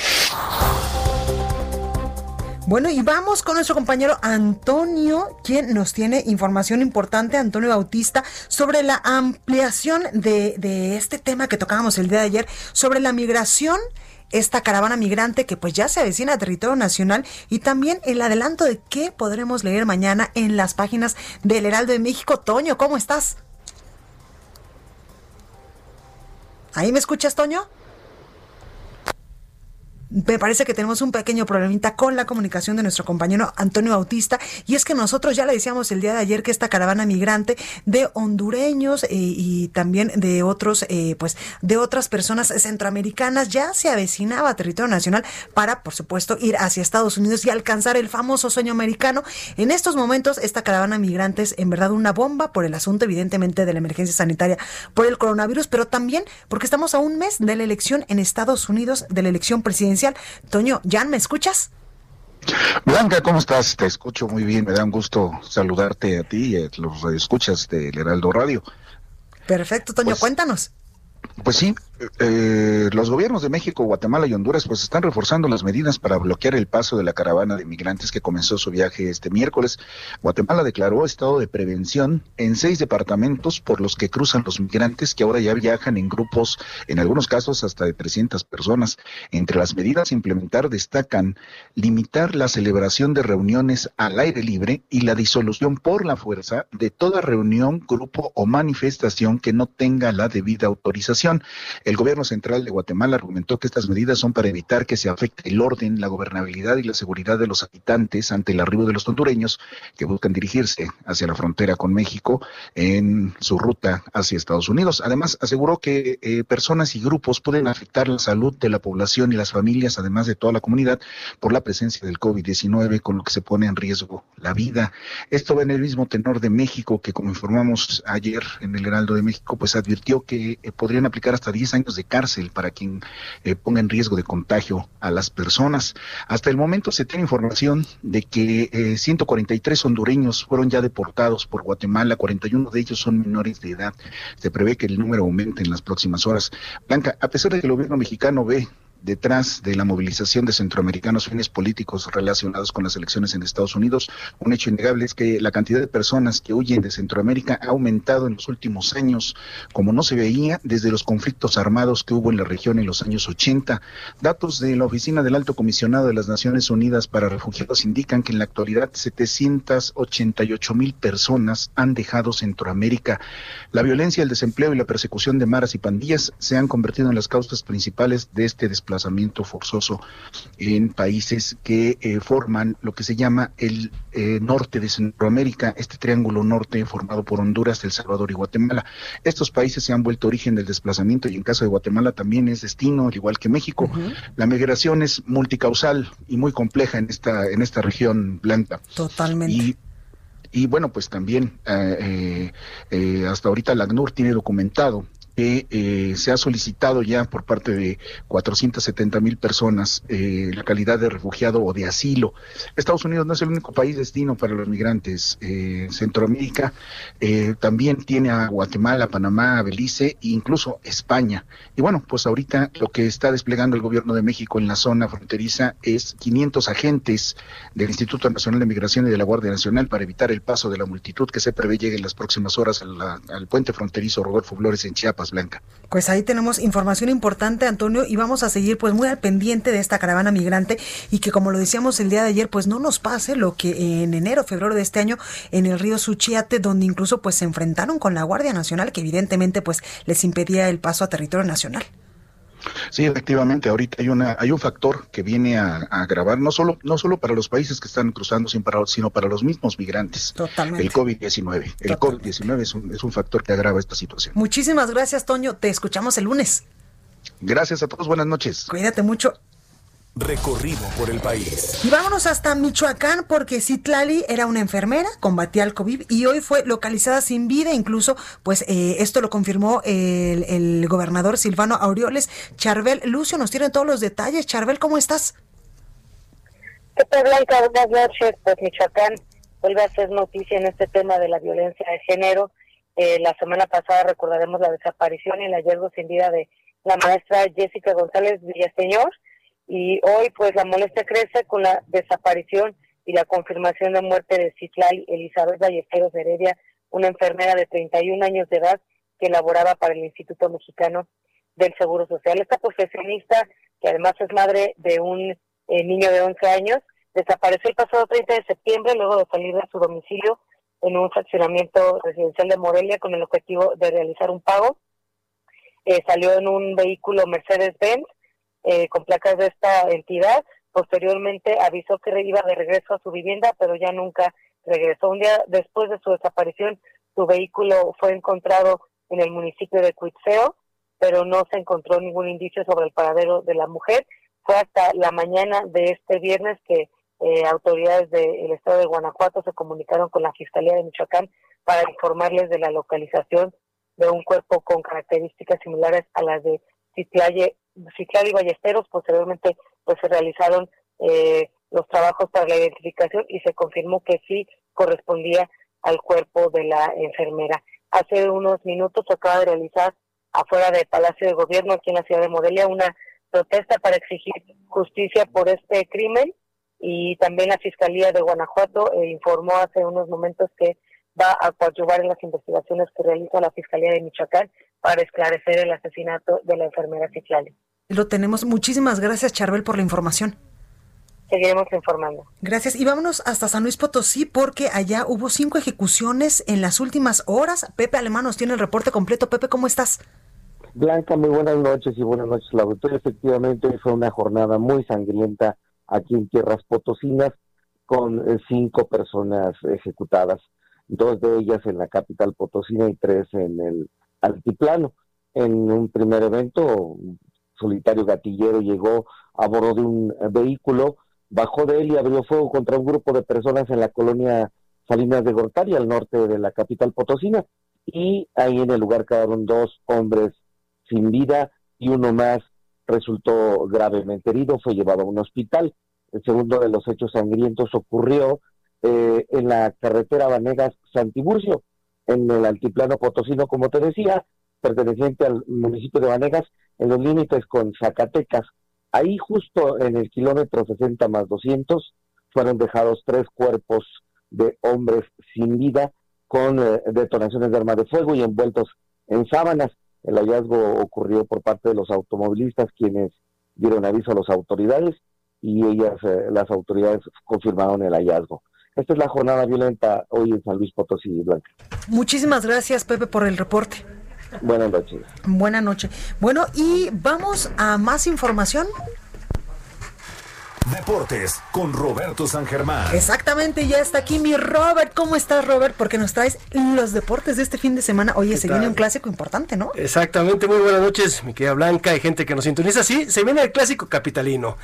Bueno, y vamos con nuestro compañero Antonio, quien nos tiene información importante, Antonio Bautista, sobre la ampliación de este tema que tocábamos el día de ayer, sobre la migración, esta caravana migrante que pues ya se avecina a territorio nacional, y también el adelanto de qué podremos leer mañana en las páginas del Heraldo de México. Toño, ¿cómo estás? ¿Ahí me escuchas, Toño? me parece que tenemos un pequeño problemita con la comunicación de nuestro compañero Antonio Bautista, y es que nosotros ya le decíamos el día de ayer que esta caravana migrante de hondureños y también de otros, pues de otras personas centroamericanas ya se avecinaba a territorio nacional para, por supuesto, ir hacia Estados Unidos y alcanzar el famoso sueño americano. En estos momentos, esta caravana migrante es en verdad una bomba por el asunto, evidentemente, de la emergencia sanitaria por el coronavirus, pero también porque estamos a un mes de la elección en Estados Unidos, de la elección presidencial. Toño, ¿Jan, me escuchas? Blanca, ¿cómo estás? Te escucho muy bien, me da un gusto saludarte a ti y a los radioescuchas del Heraldo Radio. Perfecto, Toño, cuéntanos. Pues sí, los gobiernos de México, Guatemala y Honduras pues están reforzando las medidas para bloquear el paso de la caravana de migrantes que comenzó su viaje este miércoles. Guatemala declaró estado de prevención en 6 departamentos por los que cruzan los migrantes, que ahora ya viajan en grupos, en algunos casos hasta de 300 personas. Entre las medidas a implementar destacan limitar la celebración de reuniones al aire libre y la disolución por la fuerza de toda reunión, grupo o manifestación que no tenga la debida autorización. El gobierno central de Guatemala argumentó que estas medidas son para evitar que se afecte el orden, la gobernabilidad y la seguridad de los habitantes ante el arribo de los hondureños que buscan dirigirse hacia la frontera con México en su ruta hacia Estados Unidos. Además, aseguró que personas y grupos pueden afectar la salud de la población y las familias, además de toda la comunidad, por la presencia del COVID-19, con lo que se pone en riesgo la vida. Esto va en el mismo tenor de México, que como informamos ayer en el Heraldo de México, pues advirtió que podrían aplicar hasta 10 años de cárcel para quien ponga en riesgo de contagio a las personas. Hasta el momento se tiene información de que 143 hondureños fueron ya deportados por Guatemala, 41 de ellos son menores de edad. Se prevé que el número aumente en las próximas horas. Blanca, a pesar de que el gobierno mexicano ve detrás de la movilización de centroamericanos fines políticos relacionados con las elecciones en Estados Unidos, un hecho innegable es que la cantidad de personas que huyen de Centroamérica ha aumentado en los últimos años, como no se veía desde los conflictos armados que hubo en la región en los años 80. Datos de la Oficina del Alto Comisionado de las Naciones Unidas para Refugiados indican que en la actualidad 788,000 personas han dejado Centroamérica. La violencia, el desempleo y la persecución de maras y pandillas se han convertido en las causas principales de este desplazamiento forzoso en países que forman lo que se llama el norte de Centroamérica, este triángulo norte formado por Honduras, El Salvador y Guatemala. Estos países se han vuelto origen del desplazamiento y en caso de Guatemala también es destino, al igual que México. La migración es multicausal y muy compleja en esta región, Blanca. Totalmente. Y bueno, pues también hasta ahorita la ACNUR tiene documentado que se ha solicitado ya por parte de 470,000 personas la calidad de refugiado o de asilo. Estados Unidos no es el único país destino para los migrantes. Centroamérica también tiene a Guatemala, Panamá, Belice e incluso España. Y bueno, pues ahorita lo que está desplegando el gobierno de México en la zona fronteriza es 500 agentes del Instituto Nacional de Migración y de la Guardia Nacional para evitar el paso de la multitud que se prevé llegue en las próximas horas al puente fronterizo Rodolfo Flores en Chiapas. Blanca. Pues ahí tenemos información importante, Antonio, y vamos a seguir pues muy al pendiente de esta caravana migrante y que, como lo decíamos el día de ayer, pues no nos pase lo que en enero, febrero de este año en el río Suchiate, donde incluso pues se enfrentaron con la Guardia Nacional, que evidentemente pues les impedía el paso a territorio nacional. Sí, efectivamente, ahorita hay un factor que viene a agravar, no solo para los países que están cruzando, sino para los mismos migrantes. Totalmente. El COVID-19. El COVID-19 es un factor que agrava esta situación. Muchísimas gracias, Toño. Te escuchamos el lunes. Gracias a todos. Buenas noches. Cuídate mucho. Recorrido por el país. Y vámonos hasta Michoacán, porque Citlali era una enfermera, combatía el COVID y hoy fue localizada sin vida. Incluso, pues esto lo confirmó el gobernador Silvano Aureoles. Charbel Lucio nos tiene todos los detalles. Charbel, ¿cómo estás? ¿Qué tal, Blanca? Buenas noches. Pues Michoacán vuelve a ser noticia en este tema de la violencia de género. La semana pasada recordaremos la desaparición y el hallazgo sin vida de la maestra Jessica González Villaseñor. Y hoy pues la molestia crece con la desaparición y la confirmación de muerte de Citlali Elizabeth Ballesteros Heredia, una enfermera de 31 años de edad que laboraba para el Instituto Mexicano del Seguro Social. Esta profesionista, que además es madre de un niño de 11 años, desapareció el pasado 30 de septiembre luego de salir de su domicilio en un fraccionamiento residencial de Morelia con el objetivo de realizar un pago. Salió en un vehículo Mercedes-Benz con placas de esta entidad. Posteriormente avisó que iba de regreso a su vivienda, pero ya nunca regresó. Un día después de su desaparición, su vehículo fue encontrado en el municipio de Cuitzeo, pero no se encontró ningún indicio sobre el paradero de la mujer. Fue hasta la mañana de este viernes que autoridades del estado de Guanajuato se comunicaron con la Fiscalía de Michoacán para informarles de la localización de un cuerpo con características similares a las de Citlali y Ballesteros. Posteriormente pues se realizaron los trabajos para la identificación y se confirmó que sí correspondía al cuerpo de la enfermera. Hace unos minutos se acaba de realizar afuera del Palacio de Gobierno aquí en la ciudad de Morelia una protesta para exigir justicia por este crimen, y también la Fiscalía de Guanajuato informó hace unos momentos que va a coadyuvar en las investigaciones que realiza la Fiscalía de Michoacán para esclarecer el asesinato de la enfermera Citlali. Lo tenemos. Muchísimas gracias, Charbel, por la información. Seguiremos informando. Gracias. Y vámonos hasta San Luis Potosí, porque allá hubo 5 ejecuciones en las últimas horas. Pepe Alemán nos tiene el reporte completo. Pepe, ¿cómo estás? Blanca, muy buenas noches y buenas noches, la auditoría. Efectivamente, hoy fue una jornada muy sangrienta aquí en tierras potosinas, con 5 personas ejecutadas, 2 de ellas en la capital potosina y 3 en el altiplano. En un primer evento, un solitario gatillero llegó a bordo de un vehículo, bajó de él y abrió fuego contra un grupo de personas en la colonia Salinas de Gortari, al norte de la capital potosina, y ahí en el lugar quedaron 2 hombres sin vida y uno más resultó gravemente herido, fue llevado a un hospital. El segundo de los hechos sangrientos ocurrió en la carretera Vanegas-Santiburcio, en el altiplano potosino, como te decía, perteneciente al municipio de Vanegas, en los límites con Zacatecas. Ahí justo en el kilómetro 60 más 200 fueron dejados 3 cuerpos de hombres sin vida con detonaciones de arma de fuego y envueltos en sábanas. El hallazgo ocurrió por parte de los automovilistas, quienes dieron aviso a las autoridades, y las autoridades confirmaron el hallazgo. Esta es la jornada violenta hoy en San Luis Potosí, Blanca. Muchísimas gracias, Pepe, por el reporte. Buenas noches. Buenas noches. Bueno, y vamos a más información. Deportes con Roberto San Germán. Exactamente, ya está aquí mi Robert. ¿Cómo estás, Robert? Porque nos traes los deportes de este fin de semana. Oye, se viene un clásico importante, ¿no? Exactamente, muy buenas noches, mi querida Blanca. Hay gente que nos sintoniza. Sí, se viene el clásico capitalino.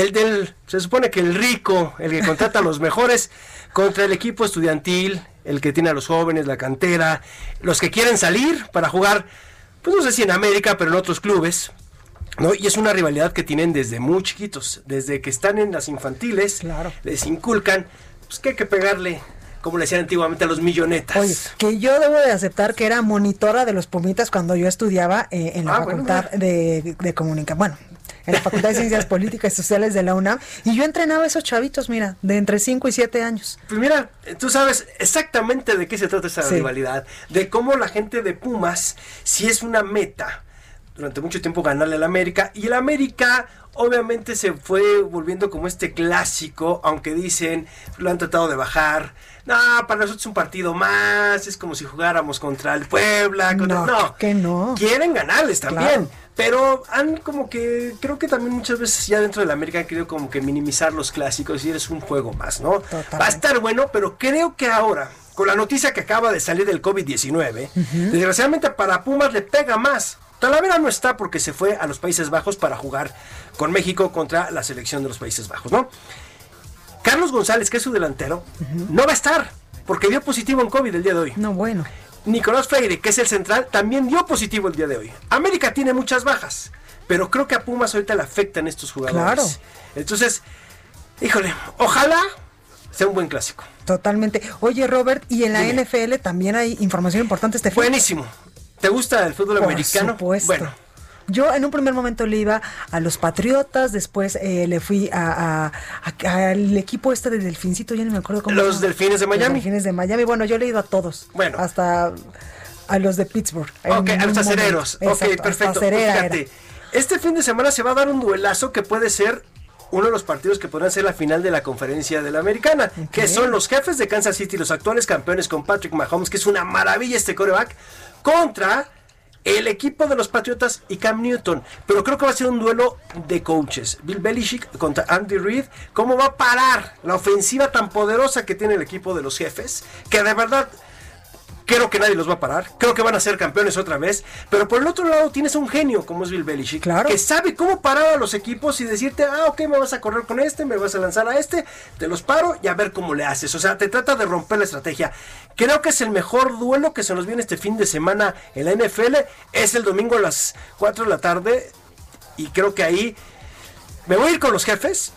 Se supone que el rico, el que contrata a los mejores, contra el equipo estudiantil, el que tiene a los jóvenes, la cantera, los que quieren salir para jugar, pues no sé si en América, pero en otros clubes, ¿no? Y es una rivalidad que tienen desde muy chiquitos, desde que están en las infantiles. Claro. Les inculcan pues que hay que pegarle, como le decían antiguamente, a los millonetas. Oye, que yo debo de aceptar que era monitora de los Pumitas cuando yo estudiaba en la facultad de comunicación, bueno, en la Facultad de Ciencias Políticas y Sociales de la UNAM, y yo entrenaba a esos chavitos, mira, de entre 5 y 7 años. Pues mira, tú sabes exactamente de qué se trata esa rivalidad, de cómo la gente de Pumas, si es una meta durante mucho tiempo ganarle al América, y el América obviamente se fue volviendo como este clásico, aunque dicen, lo han tratado de bajar. No, para nosotros es un partido más, es como si jugáramos contra el Puebla. No, que no. Quieren ganarles también, claro. Pero han como que, creo que también muchas veces ya dentro del América han querido como que minimizar los clásicos y es un juego más, ¿no? Totalmente. Va a estar bueno, pero creo que ahora, con la noticia que acaba de salir del COVID-19, desgraciadamente para Pumas le pega más. Talavera no está porque se fue a los Países Bajos para jugar con México contra la selección de los Países Bajos, ¿no? Carlos González, que es su delantero, no va a estar porque dio positivo en COVID el día de hoy. No, bueno. Nicolás Freire, que es el central, también dio positivo el día de hoy. América tiene muchas bajas, pero creo que a Pumas ahorita le afectan estos jugadores. Claro. Entonces, híjole, ojalá sea un buen clásico. Totalmente. Oye, Robert, y en la NFL también hay información importante este fin. Buenísimo. ¿Te gusta el fútbol americano? Por supuesto. Bueno. Yo en un primer momento le iba a los Patriotas, después le fui al equipo este de Delfincito, ya no me acuerdo cómo. Los Delfines de Miami. Los Delfines de Miami, bueno, yo le he ido a todos. Bueno. Hasta a los de Pittsburgh. Ok, a los acereros. Exacto, ok, perfecto. Fíjate, este fin de semana se va a dar un duelazo que puede ser uno de los partidos que podrán ser la final de la conferencia de la Americana, que son los Jefes de Kansas City, los actuales campeones con Patrick Mahomes, que es una maravilla este quarterback, contra el equipo de los Patriotas y Cam Newton, pero creo que va a ser un duelo de coaches. Bill Belichick contra Andy Reid. ¿Cómo va a parar la ofensiva tan poderosa que tiene el equipo de los Jefes? Que de verdad creo que nadie los va a parar. Creo que van a ser campeones otra vez. Pero por el otro lado tienes a un genio como es Bill Belichick, claro, que sabe cómo parar a los equipos y decirte, ok, me vas a correr con este, me vas a lanzar a este, te los paro y a ver cómo le haces. O sea, te trata de romper la estrategia. Creo que es el mejor duelo que se nos viene este fin de semana en la NFL. Es el domingo a las 4 de la tarde. Y creo que ahí me voy a ir con los Jefes.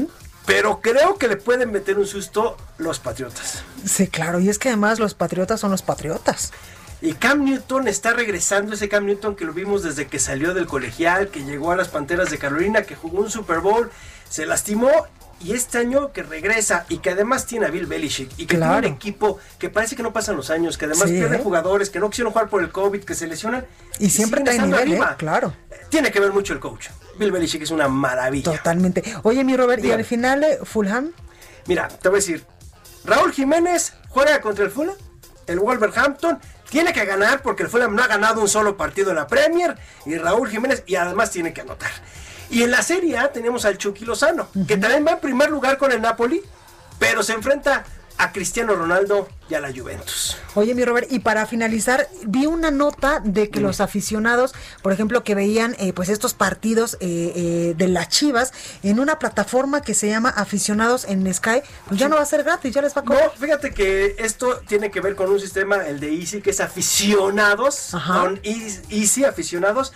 Pero creo que le pueden meter un susto los Patriotas. Sí, claro, y es que además los Patriotas son los Patriotas. Y Cam Newton está regresando, ese Cam Newton que lo vimos desde que salió del colegial, que llegó a las Panteras de Carolina, que jugó un Super Bowl, se lastimó, y este año que regresa, y que además tiene a Bill Belichick, y que tiene un equipo que parece que no pasan los años, que además pierden jugadores, que no quisieron jugar por el COVID, que se lesionan. Y siempre trae nivel, claro. Tiene que ver mucho el coach. Bill Belichick es una maravilla. Totalmente. Oye, mi Robert, dígame. ¿Y al final Fulham? Mira, te voy a decir, Raúl Jiménez juega contra el Fulham, el Wolverhampton, tiene que ganar porque el Fulham no ha ganado un solo partido en la Premier, y Raúl Jiménez, y además tiene que anotar. Y en la Serie A tenemos al Chucky Lozano, que también va en primer lugar con el Napoli, pero se enfrenta a Cristiano Ronaldo y a la Juventus. Oye, mi Robert, y para finalizar, vi una nota de que los aficionados, por ejemplo, que veían pues estos partidos de las Chivas en una plataforma que se llama Aficionados en Sky, pues ya no va a ser gratis, ya les va a cobrar. No, fíjate que esto tiene que ver con un sistema, el de Easy, que es Aficionados, con Easy Aficionados.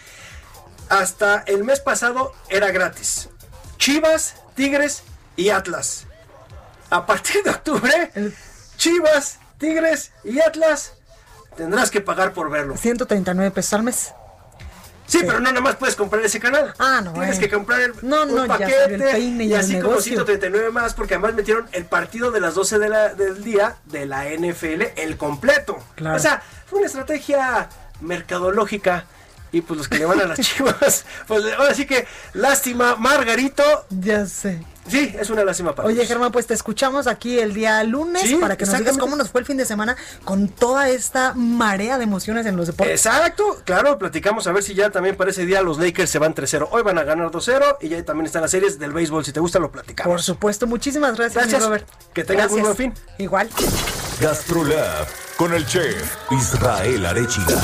Hasta el mes pasado era gratis. Chivas, Tigres y Atlas. A partir de octubre, Chivas, Tigres y Atlas tendrás que pagar por verlo. 139 pesos al mes. Sí, pero no nada más puedes comprar ese canal. Tienes que comprar un paquete y así como 139 más, porque además metieron el partido de las 12 del día de la NFL, el completo. Claro. O sea, fue una estrategia mercadológica. Y pues los que le van a las Chivas, pues ahora sí que lástima, Margarito. Ya sé. Sí, es una lástima para Oye, Germán, pues te escuchamos aquí el día lunes para que nos digas cómo nos fue el fin de semana con toda esta marea de emociones en los deportes. Exacto, claro, platicamos a ver si ya también para ese día los Lakers se van 3-0. Hoy van a ganar 2-0 y ya también están las series del béisbol. Si te gusta, lo platicamos. Por supuesto, muchísimas gracias. Robert. Que tengas muy buen fin. Igual. GastroLab con el chef Israel Arechiga.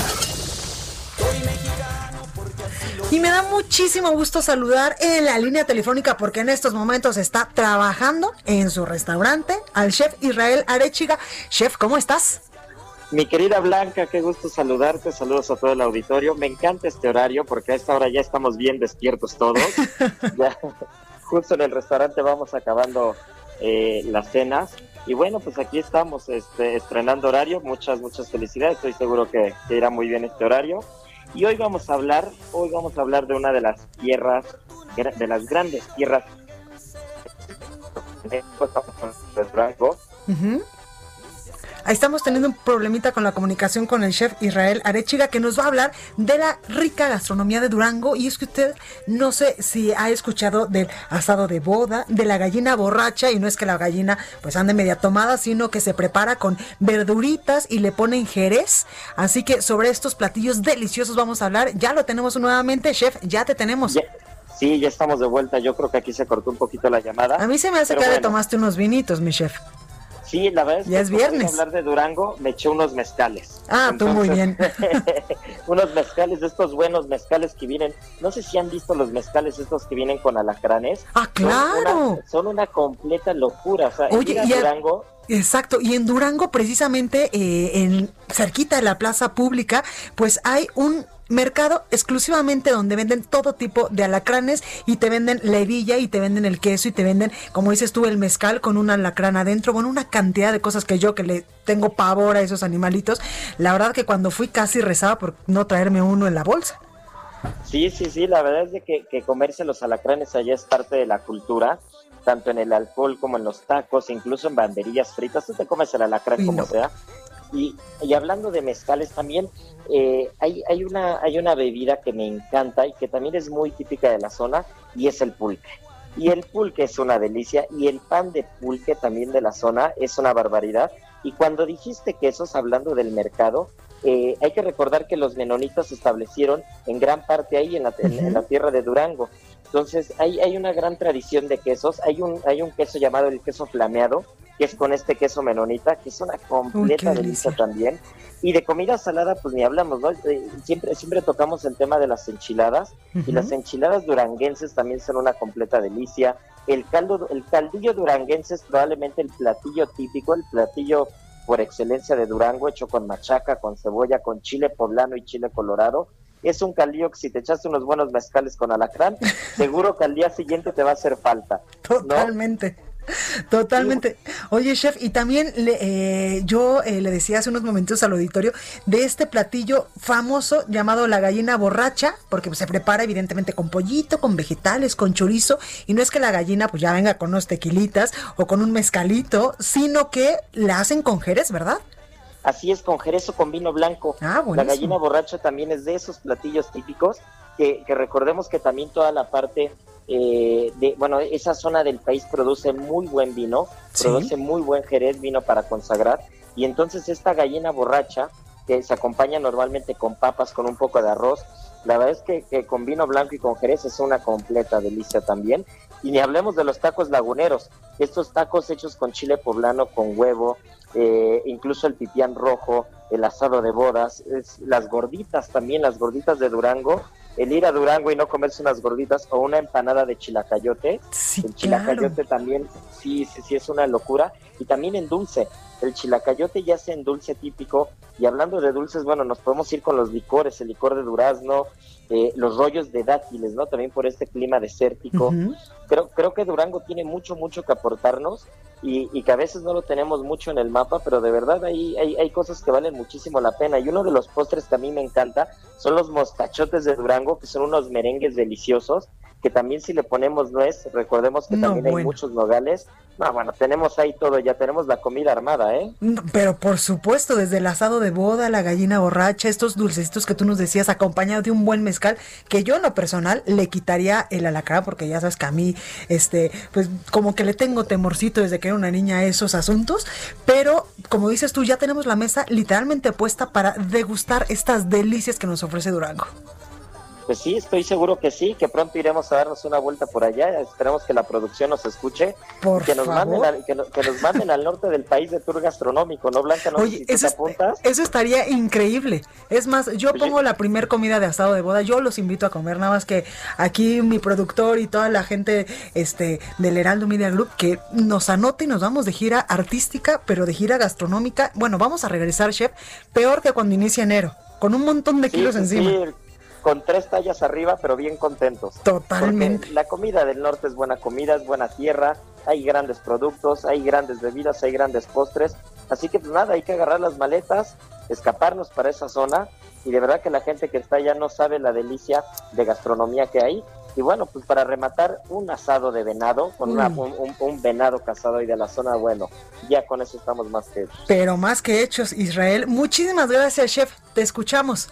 Y me da muchísimo gusto saludar en la línea telefónica porque en estos momentos está trabajando en su restaurante al chef Israel Arechiga. Chef, ¿cómo estás? Mi querida Blanca, qué gusto saludarte, saludos a todo el auditorio. Me encanta este horario porque a esta hora ya estamos bien despiertos todos. Ya, justo en el restaurante vamos acabando las cenas. Y bueno, pues aquí estamos estrenando horario. Muchas felicidades, estoy seguro que irá muy bien este horario. Y hoy vamos a hablar de una de las tierras, de las grandes tierras de Durango. Ahí estamos teniendo un problemita con la comunicación con el chef Israel Arechiga, que nos va a hablar de la rica gastronomía de Durango. Y es que usted, no sé si ha escuchado del asado de boda, de la gallina borracha, y no es que la gallina pues ande media tomada, sino que se prepara con verduritas y le ponen jerez. Así que sobre estos platillos deliciosos vamos a hablar. Ya lo tenemos nuevamente, chef, ya te tenemos. Sí, ya estamos de vuelta. Yo creo que aquí se cortó un poquito la llamada. A mí se me hace que le tomaste unos vinitos, mi chef. Sí, la verdad es que ya es viernes. Hablar de Durango, me eché unos mezcales. Entonces, tú muy bien. Unos mezcales, de estos buenos mezcales que vienen, no sé si han visto los mezcales estos que vienen con alacranes. ¡Claro! Son una completa locura, o sea, oye, en Durango... Exacto, y en Durango precisamente, cerquita de la plaza pública, pues hay un mercado exclusivamente donde venden todo tipo de alacranes y te venden la hebilla y te venden el queso y te venden, como dices tú, el mezcal con un alacrán adentro, con una cantidad de cosas que yo que le tengo pavor a esos animalitos. La verdad que cuando fui casi rezaba por no traerme uno en la bolsa. Sí, la verdad es de que comerse los alacranes allá es parte de la cultura, tanto en el alcohol como en los tacos, incluso en banderillas fritas. Tú te comes el alacrán como sea. Y hablando de mezcales también, hay una bebida que me encanta y que también es muy típica de la zona, y es el pulque. Y el pulque es una delicia, y el pan de pulque también de la zona es una barbaridad. Y cuando dijiste quesos, hablando del mercado, hay que recordar que los menonitas se establecieron en gran parte ahí en la tierra de Durango. Entonces hay una gran tradición de quesos. Hay un queso llamado el queso flameado, que es con este queso menonita, que es una completa delicia también. Y de comida salada, pues ni hablamos, ¿no? Siempre tocamos el tema de las enchiladas, y las enchiladas duranguenses también son una completa delicia. El caldillo duranguense es probablemente el platillo típico, el platillo por excelencia de Durango, hecho con machaca, con cebolla, con chile poblano y chile colorado. Es un caldillo que si te echaste unos buenos mezcales con alacrán, seguro que al día siguiente te va a hacer falta, ¿no? Totalmente. Oye, chef, y también yo le decía hace unos momentos al auditorio de este platillo famoso llamado la gallina borracha, porque se prepara evidentemente con pollito, con vegetales, con chorizo, y no es que la gallina pues ya venga con unos tequilitas o con un mezcalito, sino que la hacen con jerez, ¿verdad? Así es, con jerez o con vino blanco. La gallina borracha también es de esos platillos típicos que recordemos que también toda la parte esa zona del país produce muy buen vino, produce muy buen jerez, vino para consagrar, y entonces esta gallina borracha, que se acompaña normalmente con papas, con un poco de arroz, la verdad es que con vino blanco y con jerez es una completa delicia también. Y ni hablemos de los tacos laguneros, estos tacos hechos con chile poblano, con huevo, incluso el pipián rojo, el asado de bodas, las gorditas también, las gorditas de Durango, el ir a Durango y no comerse unas gorditas o una empanada de chilacayote. El chilacayote también, sí, es una locura. Y también en dulce, el chilacayote ya sea en dulce típico, y hablando de dulces, bueno, nos podemos ir con los licores, el licor de durazno, los rollos de dátiles, ¿no? También por este clima desértico. Creo que Durango tiene mucho que aportarnos, y que a veces no lo tenemos mucho en el mapa, pero de verdad hay cosas que valen muchísimo la pena. Y uno de los postres que a mí me encanta son los mostachotes de Durango, que son unos merengues deliciosos, que también si le ponemos nuez, recordemos que también hay muchos nogales. Tenemos ahí todo, ya tenemos la comida armada, ¿eh? Pero por supuesto, desde el asado de boda, la gallina borracha, estos dulcecitos que tú nos decías, acompañado de un buen mezcal, que yo en lo personal le quitaría el alacrán, porque ya sabes que a mí, pues como que le tengo temorcito desde que era una niña a esos asuntos, pero como dices tú, ya tenemos la mesa literalmente puesta para degustar estas delicias que nos ofrece Durango. Pues sí, estoy seguro que sí, que pronto iremos a darnos una vuelta por allá. Esperamos que la producción nos escuche, que nos manden al norte del país de tour gastronómico, ¿no, Blanca? Oye, si te apuntas. Eso estaría increíble. Es más, yo pongo la primer comida de asado de boda, yo los invito a comer, nada más que aquí mi productor y toda la gente del Heraldo Media Group, que nos anote y nos vamos de gira artística, pero de gira gastronómica. Bueno, vamos a regresar, chef, peor que cuando inicia enero, con un montón de kilos encima. Sí. Con 3 tallas arriba, pero bien contentos. Totalmente. Porque la comida del norte es buena comida, es buena tierra, hay grandes productos, hay grandes bebidas, hay grandes postres. Así que pues nada, hay que agarrar las maletas, escaparnos para esa zona, y de verdad que la gente que está allá no sabe la delicia de gastronomía que hay. Y bueno, pues para rematar, un asado de venado, con un venado cazado ahí de la zona, bueno, ya con eso estamos más que hechos. Pero más que hechos, Israel. Muchísimas gracias, chef. Te escuchamos.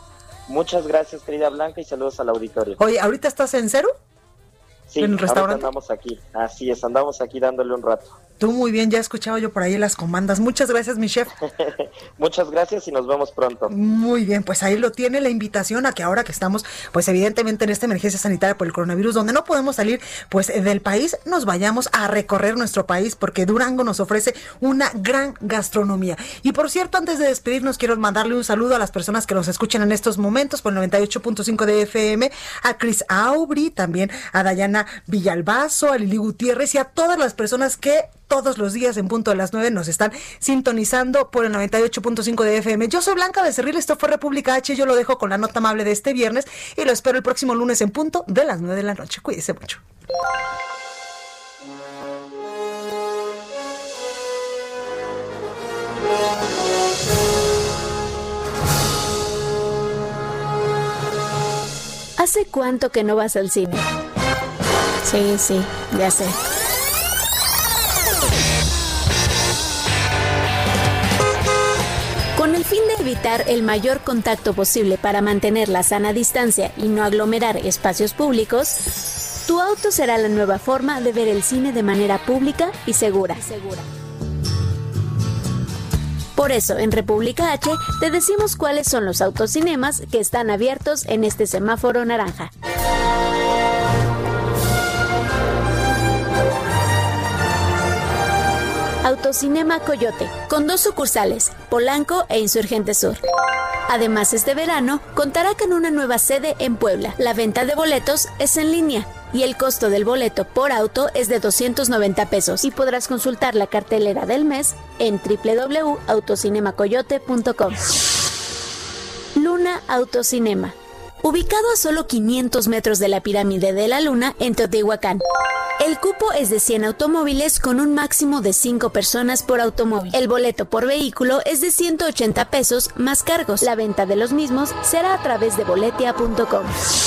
Muchas gracias, querida Blanca, y saludos al auditorio. Oye, ¿ahorita estás en Cero? Sí, ¿en el restaurante? Andamos aquí, así es, andamos aquí dándole un rato. Tú muy bien, ya he escuchado yo por ahí las comandas. Muchas gracias, mi chef. Muchas gracias y nos vemos pronto. Muy bien, pues ahí lo tiene la invitación a que ahora que estamos, pues evidentemente en esta emergencia sanitaria por el coronavirus, donde no podemos salir pues del país, nos vayamos a recorrer nuestro país, porque Durango nos ofrece una gran gastronomía. Y por cierto, antes de despedirnos, quiero mandarle un saludo a las personas que nos escuchan en estos momentos por el 98.5 de FM, a Cris Aubry, también a Dayana Villalbazo, a Lili Gutiérrez y a todas las personas que todos los días en punto de las 9 nos están sintonizando por el 98.5 de FM. Yo soy Blanca Becerril, esto fue República H, yo lo dejo con la nota amable de este viernes y lo espero el próximo lunes en punto de las 9 de la noche. Cuídese mucho. ¿Hace cuánto que no vas al cine? Sí, ya sé. Con el fin de evitar el mayor contacto posible para mantener la sana distancia y no aglomerar espacios públicos, tu auto será la nueva forma de ver el cine de manera pública y segura. Por eso, en República H, te decimos cuáles son los autocinemas que están abiertos en este semáforo naranja. Autocinema Coyote, con 2 sucursales, Polanco e Insurgente Sur. Además, este verano contará con una nueva sede en Puebla. La venta de boletos es en línea y el costo del boleto por auto es de 290 pesos y podrás consultar la cartelera del mes en www.autocinemacoyote.com. Luna Autocinema, ubicado a solo 500 metros de la pirámide de la Luna en Teotihuacán. El cupo es de 100 automóviles con un máximo de 5 personas por automóvil. El boleto por vehículo es de 180 pesos más cargos. La venta de los mismos será a través de boletia.com.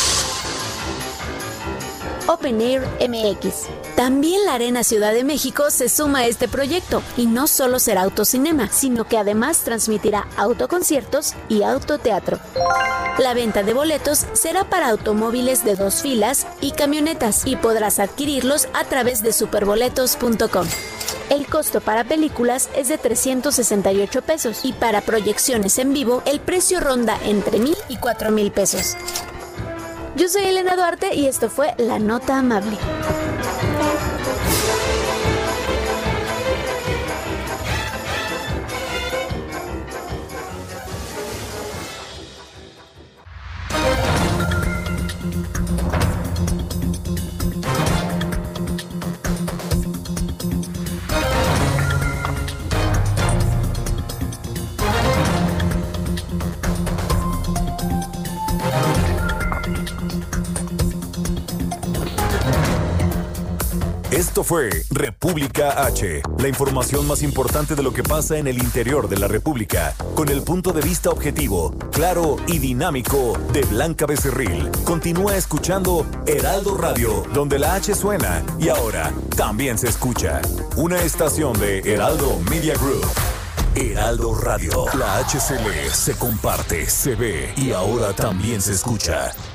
Open Air MX. También la Arena Ciudad de México se suma a este proyecto y no solo será autocinema, sino que además transmitirá autoconciertos y autoteatro. La venta de boletos será para automóviles de 2 filas y camionetas y podrás adquirirlos a través de superboletos.com. El costo para películas es de 368 pesos y para proyecciones en vivo el precio ronda entre 1,000 y 4,000 pesos. Yo soy Elena Duarte y esto fue La Nota Amable. Esto fue República H, la información más importante de lo que pasa en el interior de la República, con el punto de vista objetivo, claro y dinámico de Blanca Becerril. Continúa escuchando Heraldo Radio, donde la H suena y ahora también se escucha. Una estación de Heraldo Media Group. Heraldo Radio, la HCL se comparte, se ve y ahora también se escucha.